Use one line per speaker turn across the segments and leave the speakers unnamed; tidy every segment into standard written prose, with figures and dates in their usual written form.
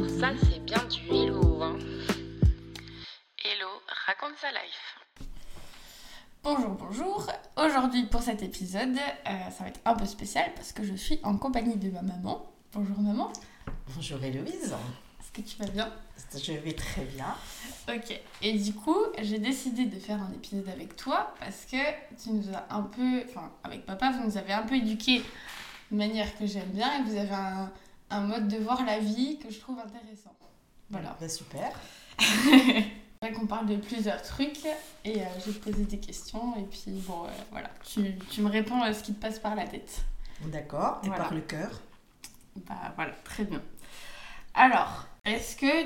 Alors ça, c'est bien du hello, hein. Hello, raconte sa life.
Bonjour. Aujourd'hui pour cet épisode, ça va être un peu spécial parce que je suis en compagnie de ma maman. Bonjour maman.
Bonjour Héloïse.
Est-ce que tu vas bien?
Je vais très bien.
Ok. Et du coup, j'ai décidé de faire un épisode avec toi parce que tu nous as un peu... Enfin, avec papa, vous nous avez un peu éduqués de manière que j'aime bien et vous avez un mode de voir la vie que je trouve intéressant. Voilà.
Bah, super.
C'est vrai qu'on parle de plusieurs trucs et je vais te poser des questions et puis bon, voilà. Tu me réponds à ce qui te passe par la tête.
D'accord. Et
Voilà.
par le cœur?
Bah voilà, très bien. Alors, est-ce que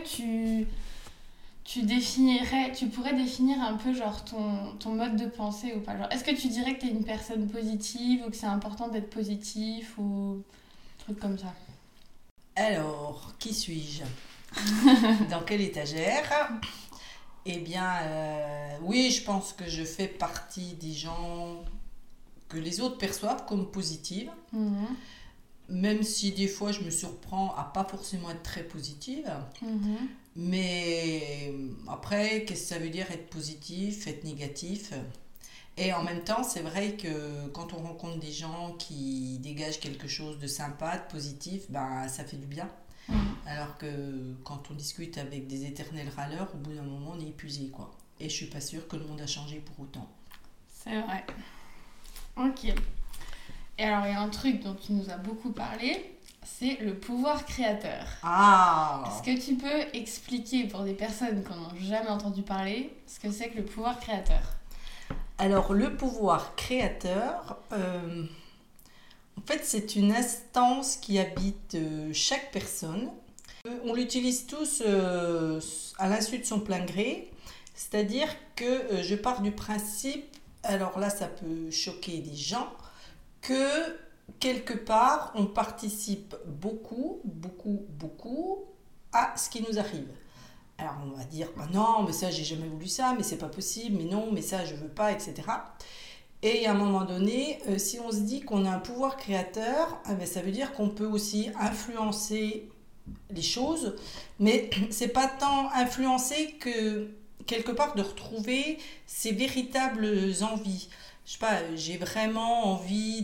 tu pourrais définir un peu genre ton mode de pensée ou pas? Genre, est-ce que tu dirais que tu es une personne positive ou que c'est important d'être positif ou un truc comme ça?
Alors, qui suis-je? Dans quelle étagère? Eh bien, oui, je pense que je fais partie des gens que les autres perçoivent comme positives.
Mhm.
Même si des fois je me surprends à pas forcément être très positive.
Mhm.
Mais après, qu'est-ce que ça veut dire être positif, être négatif? Et en même temps, c'est vrai que quand on rencontre des gens qui dégagent quelque chose de sympa, de positif, ben, ça fait du bien.
Mhm.
Alors que quand on discute avec des éternels râleurs, au bout d'un moment, on est épuisé, quoi. Et je suis pas sûre que le monde a changé pour autant.
C'est vrai. Ok. Et alors, il y a un truc dont tu nous as beaucoup parlé, c'est le pouvoir créateur.
Ah!
Est-ce que tu peux expliquer pour des personnes qui n'en ont jamais entendu parler ce que c'est que le pouvoir créateur?
Alors, le pouvoir créateur, en fait, c'est une instance qui habite chaque personne. On l'utilise tous à l'insu de son plein gré, c'est-à-dire que je pars du principe, alors là, ça peut choquer des gens, que quelque part, on participe beaucoup à ce qui nous arrive. Alors on va dire, bah non, mais ça j'ai jamais voulu ça, mais c'est pas possible, mais non, mais ça je veux pas, etc. Et à un moment donné, si on se dit qu'on a un pouvoir créateur, ça veut dire qu'on peut aussi influencer les choses, mais c'est pas tant influencer que quelque part de retrouver ses véritables envies. Je sais pas, j'ai vraiment envie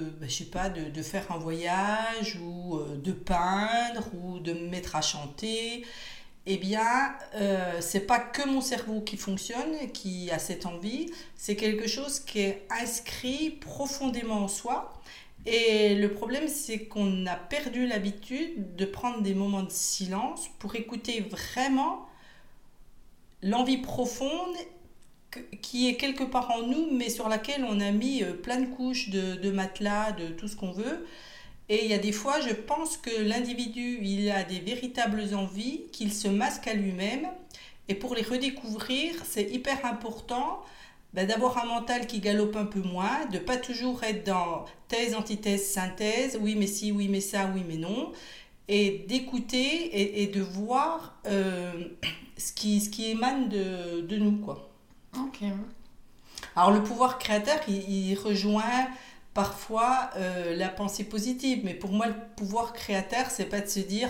de faire un voyage ou de peindre ou de me mettre à chanter. Eh bien, c'est pas que mon cerveau qui fonctionne, qui a cette envie, c'est quelque chose qui est inscrit profondément en soi. Et le problème, c'est qu'on a perdu l'habitude de prendre des moments de silence pour écouter vraiment l'envie profonde qui est quelque part en nous, mais sur laquelle on a mis plein de couches de matelas, de tout ce qu'on veut. Et il y a des fois, je pense que l'individu, il a des véritables envies, qu'il se masque à lui-même. Et pour les redécouvrir, c'est hyper important d'avoir un mental qui galope un peu moins, de pas toujours être dans thèse, antithèse, synthèse, oui mais si, oui mais ça, oui mais non, et d'écouter et de voir ce qui émane de nous, quoi.
Ok.
Alors le pouvoir créateur, il rejoint parfois la pensée positive, mais pour moi le pouvoir créateur, c'est pas de se dire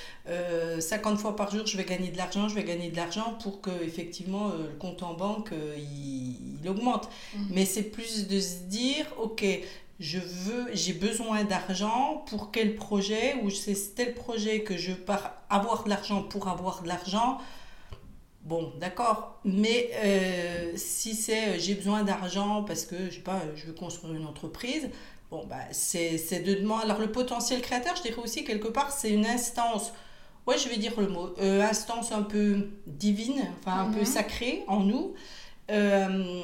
50 fois par jour je vais gagner de l'argent pour que effectivement le compte en banque il augmente. Mais c'est plus de se dire ok, j'ai besoin d'argent pour quel projet, ou c'est tel projet que je pars avoir de l'argent pour avoir de l'argent. Bon, d'accord, mais si c'est j'ai besoin d'argent parce que je sais pas, je veux construire une entreprise, bon bah c'est de demander. Alors le potentiel créateur, je dirais aussi quelque part, c'est une instance, ouais, je vais dire le mot, instance un peu divine, enfin un peu sacrée en nous, euh,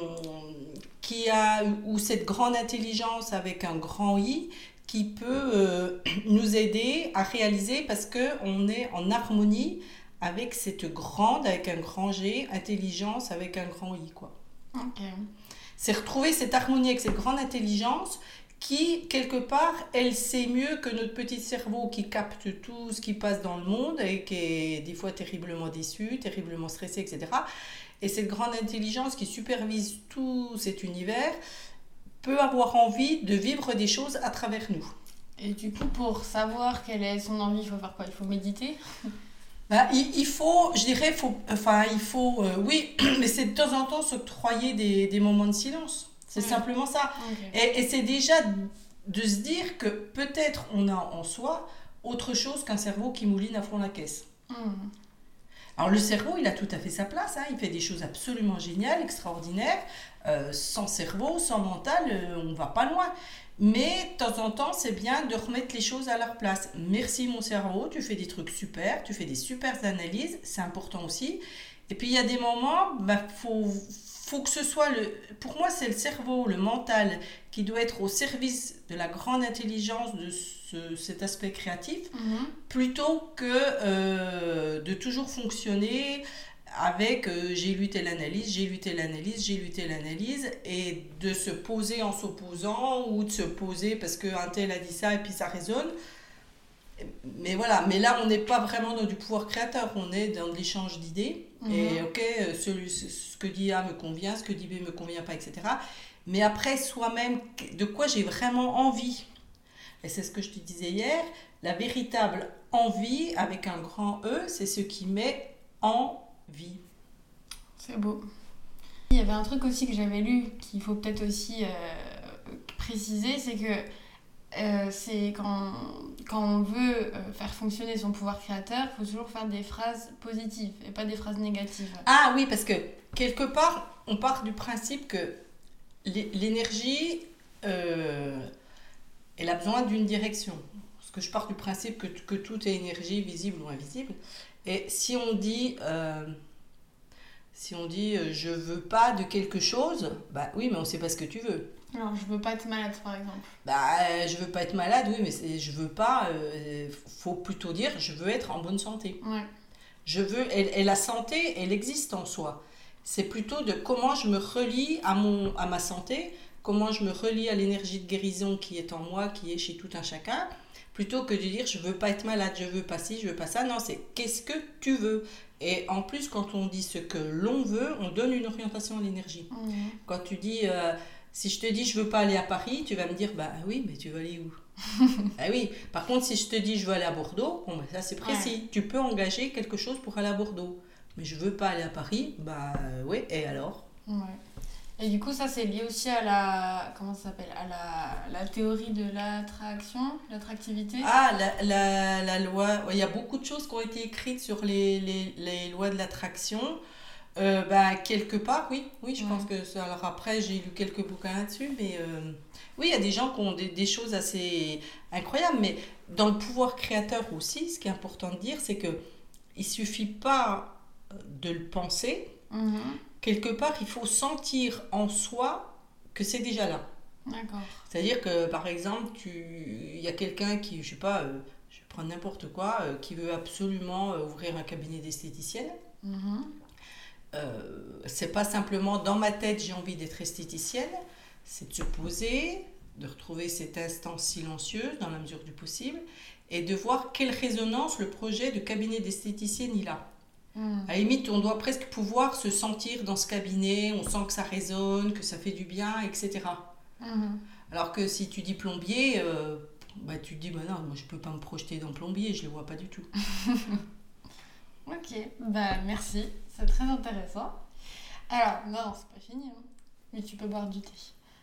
ou cette grande intelligence avec un grand I qui peut nous aider à réaliser parce qu'on est en harmonie avec cette grande, avec un grand G, intelligence avec un grand I, quoi.
Ok.
C'est retrouver cette harmonie avec cette grande intelligence qui, quelque part, elle sait mieux que notre petit cerveau qui capte tout ce qui passe dans le monde et qui est des fois terriblement déçu, terriblement stressé, etc. Et cette grande intelligence qui supervise tout cet univers peut avoir envie de vivre des choses à travers nous.
Et du coup, pour savoir quelle est son envie, il faut faire quoi? Il faut méditer?
Bah, il faut, je dirais, oui, mais c'est de temps en temps s'octroyer des moments de silence. C'est simplement ça.
Ok.
Et c'est déjà de se dire que peut-être on a en soi autre chose qu'un cerveau qui mouline à fond la caisse.
Mhm.
Alors le cerveau, il a tout à fait sa place, hein. Il fait des choses absolument géniales, extraordinaires. Sans cerveau, sans mental, on ne va pas loin. Mais de temps en temps, c'est bien de remettre les choses à leur place. Merci mon cerveau, tu fais des trucs super, tu fais des super analyses, c'est important aussi. Et puis il y a des moments, faut que ce soit pour moi, c'est le cerveau, le mental, qui doit être au service de la grande intelligence de cet aspect créatif,
Mhm.
plutôt que de toujours fonctionner avec j'ai lu telle analyse, j'ai lu telle analyse, j'ai lu telle analyse, et de se poser en s'opposant ou de se poser parce qu'un tel a dit ça et puis ça résonne. Mais voilà, mais là on n'est pas vraiment dans du pouvoir créateur, on est dans de l'échange d'idées. Et ok, ce que dit A me convient, ce que dit B me convient pas, etc. Mais après, soi-même, de quoi j'ai vraiment envie. Et c'est ce que je te disais hier, la véritable envie, avec un grand E, c'est ce qui met en vie.
C'est beau. Il y avait un truc aussi que j'avais lu qu'il faut peut-être aussi préciser, c'est que c'est quand on veut faire fonctionner son pouvoir créateur, il faut toujours faire des phrases positives et pas des phrases négatives.
Ah oui, parce que quelque part, on part du principe que l'énergie, elle a besoin d'une direction. Parce que je pars du principe que tout est énergie, visible ou invisible. Et si on dit je veux pas de quelque chose, bah oui, mais on sait pas ce que tu veux.
Alors, je veux pas être malade, par exemple.
Bah, je veux pas être malade, oui, mais je veux pas. Faut plutôt dire je veux être en bonne santé.
Ouais.
Je veux, et la santé, elle existe en soi. C'est plutôt de comment je me relie à ma santé, comment je me relie à l'énergie de guérison qui est en moi, qui est chez tout un chacun, plutôt que de dire je veux pas être malade, je veux pas ci, je veux pas ça. Non, c'est qu'est-ce que tu veux. Et en plus, quand on dit ce que l'on veut, on donne une orientation à l'énergie. Quand tu dis, si je te dis je veux pas aller à Paris, tu vas me dire bah oui, mais tu veux aller où? Ah oui, par contre, si je te dis je veux aller à Bordeaux, bon, bah, ça c'est précis.
Ouais.
Tu peux engager quelque chose pour aller à Bordeaux. Mais je veux pas aller à Paris, bah oui, et alors?
Ouais. Et du coup, ça, c'est lié aussi à la... Comment ça s'appelle? À la théorie de l'attraction, l'attractivité.
Ah, la loi, il y a beaucoup de choses qui ont été écrites sur les lois de l'attraction. Bah, quelque part, oui, je pense que ça. Alors après, j'ai lu quelques bouquins là-dessus, mais oui, il y a des gens qui ont des choses assez incroyables, mais dans le pouvoir créateur aussi, ce qui est important de dire, c'est que il suffit pas de le penser.
Mhm.
Quelque part, il faut sentir en soi que c'est déjà là.
D'accord.
C'est-à-dire que, par exemple, il y a quelqu'un qui, je sais pas, je vais prendre n'importe quoi, qui veut absolument ouvrir un cabinet d'esthéticienne.
Mhm.
C'est pas simplement dans ma tête j'ai envie d'être esthéticienne, c'est de se poser, de retrouver cette instance silencieuse dans la mesure du possible et de voir quelle résonance le projet de cabinet d'esthéticienne il a.
Mhm.
À la limite, on doit presque pouvoir se sentir dans ce cabinet, on sent que ça résonne, que ça fait du bien, etc.
Mhm.
Alors que si tu dis plombier, bah, tu te dis bah non, moi je peux pas me projeter dans plombier, je le vois pas du tout.
Ok, bah merci, c'est très intéressant. Alors, non, c'est pas fini, hein. Mais tu peux boire du thé.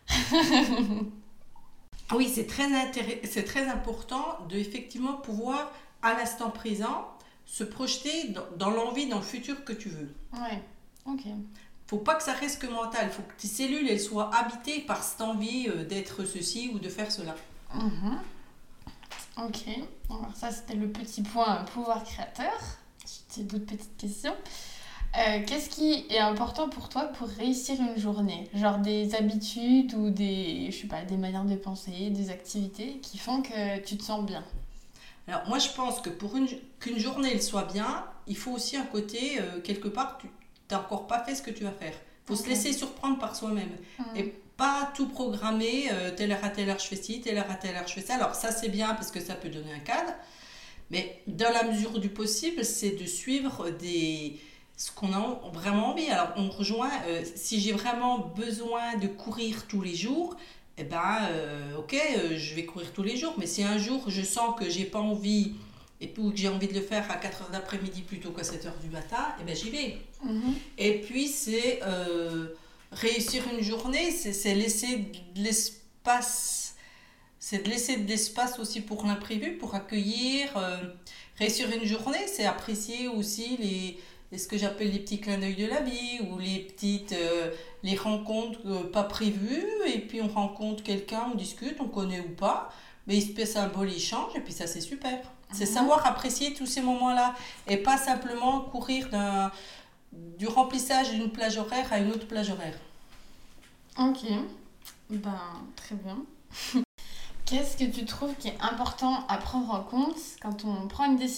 Oui, c'est très important de effectivement pouvoir, à l'instant présent, se projeter dans l'envie, dans le futur que tu veux.
Ouais, ok.
Faut pas que ça reste que mental, faut que tes cellules elles soient habitées par cette envie d'être ceci ou de faire cela.
Mhm. Ok, alors ça c'était le petit point pouvoir créateur. J'ai d'autres petites questions. Qu'est-ce qui est important pour toi pour réussir une journée? Genre des habitudes ou des, je sais pas, des manières de penser, des activités qui font que tu te sens bien.
Alors moi je pense que qu'une journée elle soit bien, il faut aussi un côté, quelque part, tu n'as encore pas fait ce que tu vas faire. Il faut se laisser surprendre par soi-même. Et pas tout programmer, telle heure à telle heure je fais ci, telle heure à telle heure je fais ça. Alors ça c'est bien parce que ça peut donner un cadre, mais dans la mesure du possible, c'est de suivre ce qu'on a vraiment envie. Alors on rejoint, si j'ai vraiment besoin de courir tous les jours, ok, je vais courir tous les jours, mais si un jour je sens que j'ai pas envie et puis que j'ai envie de le faire à 4h d'après-midi plutôt qu'à 7h du matin, et ben j'y vais. Et puis c'est réussir une journée, c'est laisser de l'espace, c'est de laisser de l'espace aussi pour l'imprévu, pour accueillir. Réussir une journée, c'est apprécier aussi ce que j'appelle les petits clins d'œil de la vie, ou les rencontres pas prévues, et puis on rencontre quelqu'un, on discute, on connaît ou pas, mais il se passe un beau échange, et puis ça c'est super. C'est savoir apprécier tous ces moments-là, et pas simplement courir du remplissage d'une plage horaire à une autre plage horaire.
Ok, ben très bien. Qu'est-ce que tu trouves qui est important à prendre en compte quand on prend une décision ?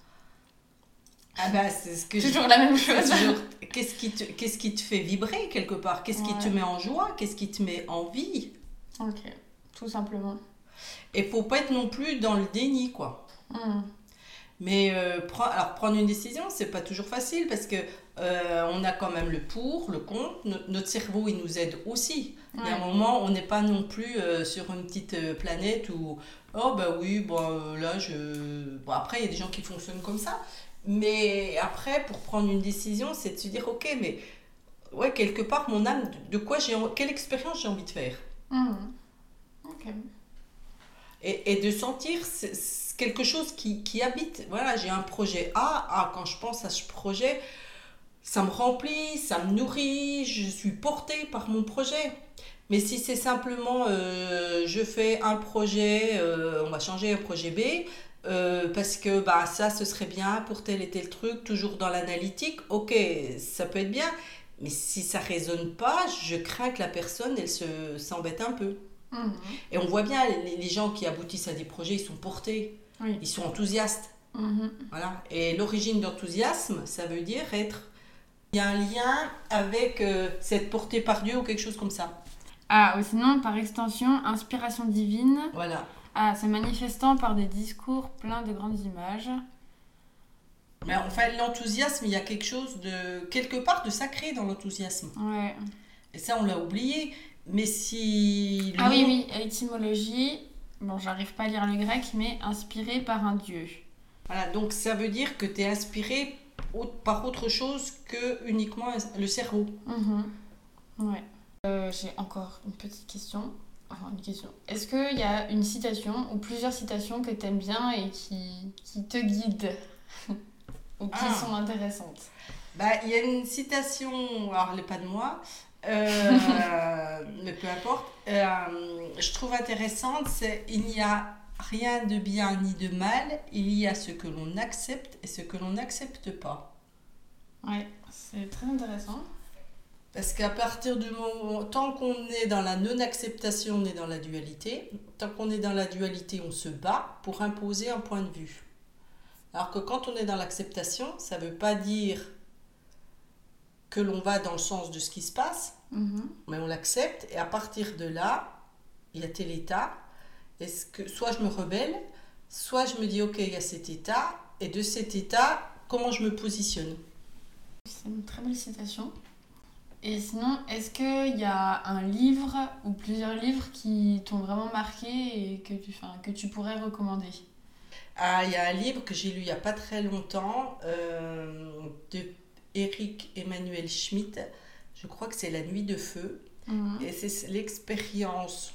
Ah bah, c'est ce que
toujours la même chose.
Qu'est-ce qui te fait vibrer quelque part ? Qu'est-ce qui te met en joie ? Qu'est-ce qui te met en vie ?
Ok, tout simplement.
Et faut pas être non plus dans le déni, quoi. Mais prendre une décision, c'est pas toujours facile parce que on a quand même le pour, le contre. Notre cerveau, il nous aide aussi. Il y a un moment, on n'est pas non plus sur une petite planète où oh bah oui, là bon, après il y a des gens qui fonctionnent comme ça. Mais après, pour prendre une décision, c'est de se dire ok, mais ouais, quelque part mon âme, quelle expérience j'ai envie de faire.
Ok.
Et de sentir quelque chose qui habite. Voilà, j'ai un projet A. Quand je pense à ce projet, ça me remplit, ça me nourrit, je suis portée par mon projet. Mais si c'est simplement, je fais un projet, on va changer un projet B, parce que ça, ce serait bien pour tel et tel truc, toujours dans l'analytique, ok, ça peut être bien. Mais si ça ne résonne pas, je crains que la personne, elle s'embête un peu. Et on voit bien, les gens qui aboutissent à des projets, ils sont portés, ils sont enthousiastes. Voilà. Et l'origine d'enthousiasme, ça veut dire il y a un lien avec cette portée par Dieu ou quelque chose comme ça.
Ah, ou sinon, par extension, inspiration divine.
Voilà.
Ah, se manifestant par des discours pleins de grandes images.
Mais enfin, l'enthousiasme, il y a quelque part de sacré dans l'enthousiasme.
Ouais.
Et ça, on l'a oublié. Mais si...
Oui, étymologie. Bon, j'arrive pas à lire le grec, mais inspiré par un dieu.
Voilà, donc ça veut dire que tu es inspiré par autre chose que uniquement le cerveau.
Ouais. J'ai encore une petite question. Enfin, une question. Est-ce qu'il y a une citation ou plusieurs citations que tu aimes bien et qui te guident ou qui sont intéressantes ?
Il y a une citation, alors elle n'est pas de moi, mais peu importe, je trouve intéressante, c'est « Il n'y a rien de bien ni de mal, il y a ce que l'on accepte et ce que l'on n'accepte pas. »
Ouais, c'est très intéressant.
Parce qu'à partir du moment, tant qu'on est dans la non-acceptation, on est dans la dualité. Tant qu'on est dans la dualité, on se bat pour imposer un point de vue. Alors que quand on est dans l'acceptation, ça ne veut pas dire que l'on va dans le sens de ce qui se passe, mais on l'accepte. Et à partir de là, il y a tel état. Est-ce que soit je me rebelle, soit je me dis ok, il y a cet état. Et de cet état, comment je me positionne ?
C'est une très belle citation. Et sinon, est-ce qu'il y a un livre ou plusieurs livres qui t'ont vraiment marqué et que tu pourrais recommander ?
Ah, il y a un livre que j'ai lu il n'y a pas très longtemps de Eric Emmanuel Schmitt. Je crois que c'est La Nuit de Feu. Et c'est l'expérience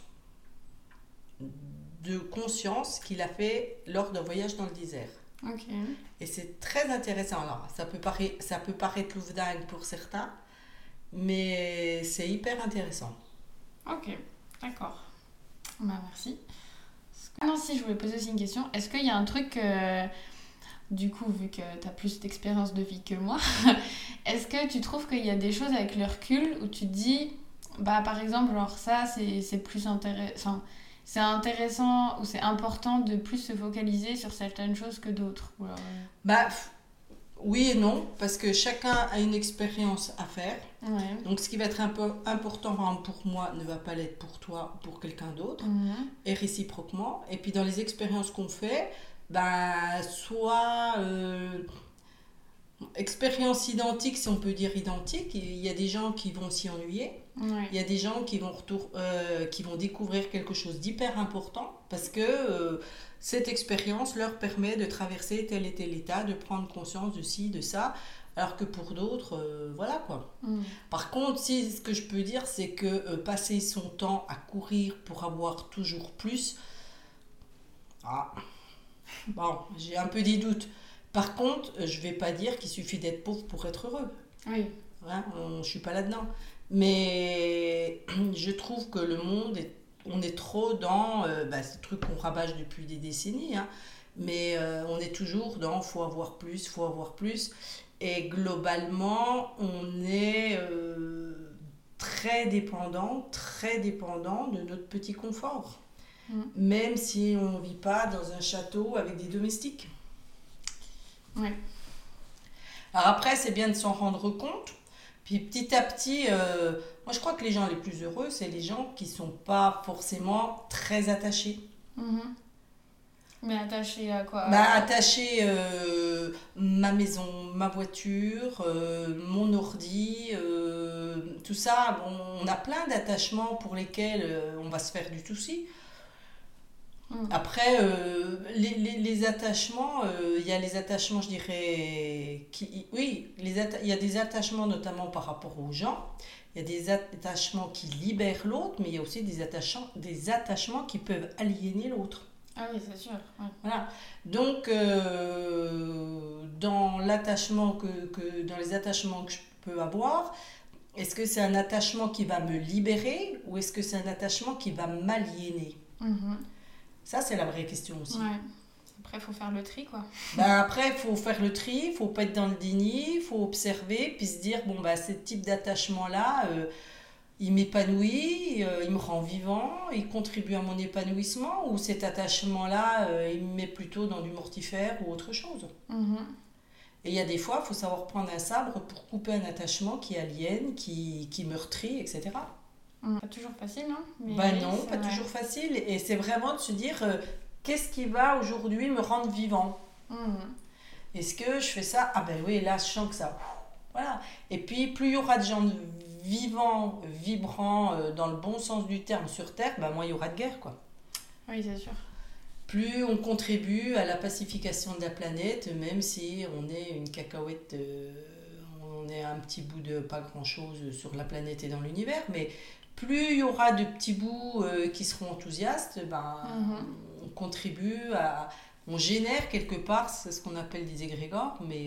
de conscience qu'il a fait lors d'un voyage dans le désert.
Ok.
Et c'est très intéressant. Alors, ça peut paraître lourdingue pour certains, mais c'est hyper intéressant.
Ok, d'accord. Merci. Non, si, je voulais poser aussi une question. Est-ce qu'il y a un truc, du coup, vu que tu as plus d'expérience de vie que moi, est-ce que tu trouves qu'il y a des choses avec le recul où tu te dis, par exemple, genre ça, c'est plus intéressant, c'est intéressant ou c'est important de plus se focaliser sur certaines choses que d'autres ou alors...
Oui et non, parce que chacun a une expérience à faire.
Ouais. Donc,
ce qui va être un peu important pour moi ne va pas l'être pour toi ou pour quelqu'un d'autre, et réciproquement. Et puis dans les expériences qu'on fait, soit expérience identique, si on peut dire identique, il y a des gens qui vont s'y ennuyer.
Ouais.
Il y a des gens qui vont découvrir quelque chose d'hyper important parce que cette expérience leur permet de traverser tel et tel état, de prendre conscience de ci, de ça, alors que pour d'autres, voilà quoi. Par contre, si, ce que je peux dire, c'est que passer son temps à courir pour avoir toujours plus, bon, j'ai un peu des doutes. Par contre, je vais pas dire qu'il suffit d'être pauvre pour être heureux.
Oui.
Hein, je suis pas là-dedans. Mais je trouve que le monde, on est trop dans ce truc qu'on rabâche depuis des décennies, hein, mais on est toujours dans faut avoir plus, faut avoir plus. Et globalement, on est très dépendant de notre petit confort. Même si on ne vit pas dans un château avec des domestiques.
Oui.
Alors après, c'est bien de s'en rendre compte. Puis petit à petit, moi je crois que les gens les plus heureux, c'est les gens qui ne sont pas forcément très attachés.
Mais attachés à quoi?
Attachés ma maison, ma voiture, mon ordi, tout ça. Bon, on a plein d'attachements pour lesquels on va se faire du souci. Après, les attachements, il y a les attachements, je dirais, il y a des attachements notamment par rapport aux gens, il y a des attachements qui libèrent l'autre, mais il y a aussi des attachements qui peuvent aliéner l'autre.
Ah oui, c'est sûr. Ouais.
Voilà. Donc, dans l'attachement dans les attachements que je peux avoir, est-ce que c'est un attachement qui va me libérer ou est-ce que c'est un attachement qui va m'aliéner? Ça, c'est la vraie question aussi.
Ouais. Après, il faut faire le tri, quoi.
Après, il faut faire le tri, il ne faut pas être dans le déni, il faut observer, puis se dire, ce type d'attachement-là, il m'épanouit, il me rend vivant, il contribue à mon épanouissement, ou cet attachement-là, il me met plutôt dans du mortifère ou autre chose. Et il y a des fois, il faut savoir prendre un sabre pour couper un attachement qui aliène, qui meurtrit, etc.
Pas toujours facile, hein, mais
non, pas toujours facile. Et c'est vraiment de se dire, qu'est-ce qui va aujourd'hui me rendre vivant? Est-ce que je fais ça? Oui, là, je sens que ça... Voilà. Et puis, plus il y aura de gens vivants, vibrants, dans le bon sens du terme sur Terre, moins il y aura de guerre, quoi.
Oui, c'est sûr.
Plus on contribue à la pacification de la planète, même si on est une cacahuète... on est un petit bout de pas grand-chose sur la planète et dans l'univers, mais... Plus il y aura de petits bouts qui seront enthousiastes, on contribue on génère quelque part, c'est ce qu'on appelle des égrégores, mais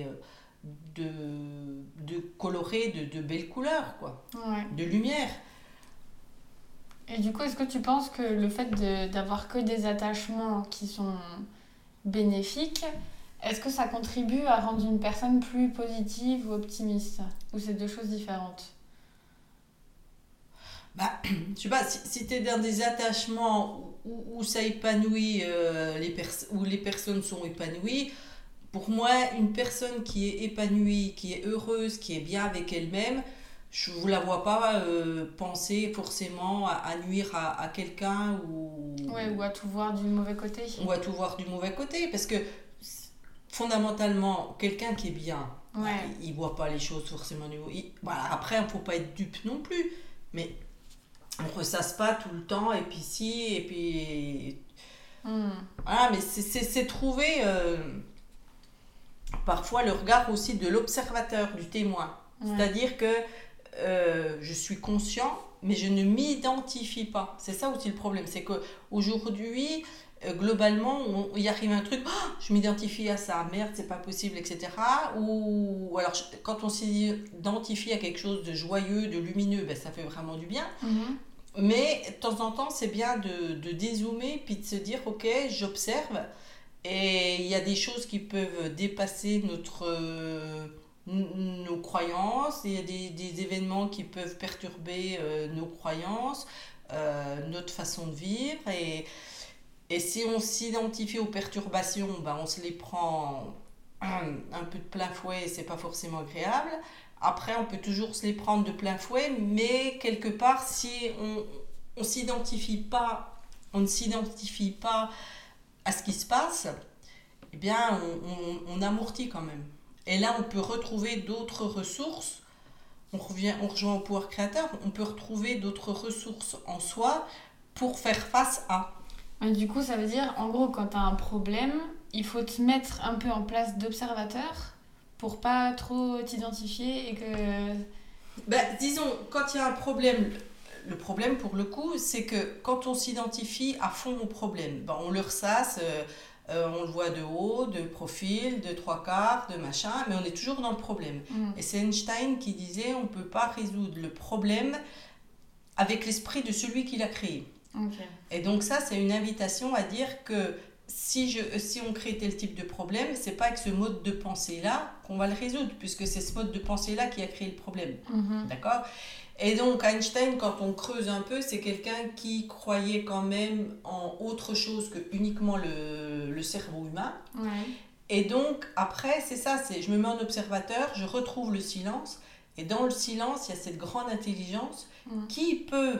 de colorer de belles couleurs, quoi, de lumière.
Et du coup, est-ce que tu penses que le fait d'avoir que des attachements qui sont bénéfiques, est-ce que ça contribue à rendre une personne plus positive ou optimiste? Ou c'est deux choses différentes?
Je sais pas, si tu es dans des attachements où ça épanouit, où les personnes sont épanouies, pour moi, une personne qui est épanouie, qui est heureuse, qui est bien avec elle-même, je ne la vois pas penser forcément à nuire à quelqu'un ou
à tout voir du mauvais côté.
Ou à tout voir du mauvais côté, parce que fondamentalement, quelqu'un qui est bien, il ne voit pas les choses forcément du mauvais. Après, il ne faut pas être dupe non plus, mais... on ressasse pas tout le temps et puis si et puis voilà, mais c'est trouver parfois le regard aussi de l'observateur, du témoin, c'est-à-dire que je suis conscient mais je ne m'identifie pas. C'est ça aussi le problème, c'est que aujourd'hui globalement il arrive un truc, je m'identifie à ça, merde c'est pas possible, etc. Ou alors quand on s'identifie à quelque chose de joyeux, de lumineux, ça fait vraiment du bien. Mais de temps en temps, c'est bien de dézoomer puis de se dire, ok, j'observe et il y a des choses qui peuvent dépasser nos croyances, il y a des événements qui peuvent perturber nos croyances, notre façon de vivre. Et si on s'identifie aux perturbations, on se les prend un peu de plein fouet et c'est pas forcément agréable. Après, on peut toujours se les prendre de plein fouet, mais quelque part, si on ne s'identifie pas à ce qui se passe, eh bien, on amortit quand même. Et là, on peut retrouver d'autres ressources. on rejoint au pouvoir créateur, on peut retrouver d'autres ressources en soi pour faire face à.
Et du coup, ça veut dire, en gros, quand tu as un problème, il faut te mettre un peu en place d'observateur pour pas trop t'identifier et que...
Disons, quand il y a un problème, le problème pour le coup, c'est que quand on s'identifie à fond au problème, on le ressasse, on le voit de haut, de profil, de trois quarts, de machin, mais on est toujours dans le problème. Et c'est Einstein qui disait on ne peut pas résoudre le problème avec l'esprit de celui qui l'a créé.
Okay.
Et donc ça, c'est une invitation à dire que si on crée tel type de problème, c'est pas avec ce mode de pensée-là qu'on va le résoudre, puisque c'est ce mode de pensée-là qui a créé le problème. D'accord ? Et donc Einstein, quand on creuse un peu, c'est quelqu'un qui croyait quand même en autre chose que uniquement le cerveau humain.
Ouais.
Et donc après, c'est ça, je me mets en observateur, je retrouve le silence, et dans le silence, il y a cette grande intelligence qui peut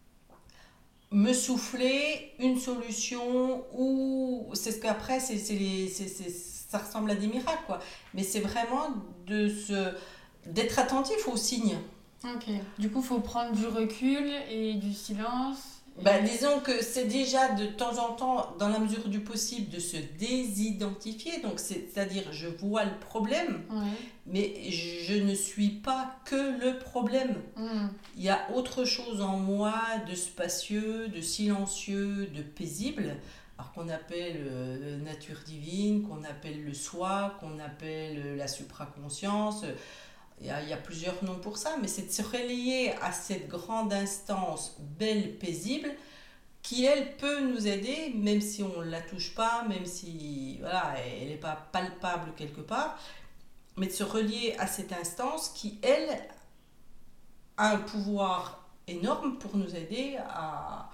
me souffler une solution, ou c'est ce qu'après, ça ressemble à des miracles, quoi. Mais c'est vraiment d'être attentif aux signes.
Ok. Du coup, il faut prendre du recul et du silence.
Disons que c'est déjà de temps en temps, dans la mesure du possible, de se désidentifier. Donc, c'est-à-dire, je vois le problème, mais je ne suis pas que le problème. Il y a autre chose en moi de spacieux, de silencieux, de paisible, alors qu'on appelle nature divine, qu'on appelle le soi, qu'on appelle la supraconscience. Il y a plusieurs noms pour ça, mais c'est de se relier à cette grande instance belle, paisible, qui, elle, peut nous aider, même si on ne la touche pas, même si elle n'est pas palpable quelque part, mais de se relier à cette instance qui, elle, a un pouvoir énorme pour nous aider à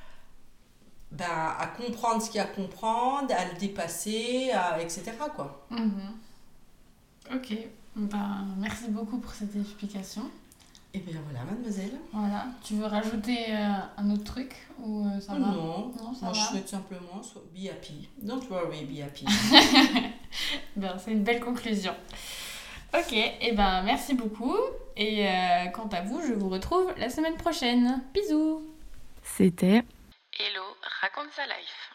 comprendre ce qu'il y a à comprendre, à le dépasser, etc. quoi.
Ok. Merci beaucoup pour cette explication.
Et bien voilà, mademoiselle.
Voilà. Tu veux rajouter un autre truc ou ça va?
Non,
ça
moi
va.
je souhaite simplement be happy. Don't worry, be happy.
C'est une belle conclusion. Ok, merci beaucoup. Et quant à vous, je vous retrouve la semaine prochaine. Bisous. C'était
Hello, raconte sa life.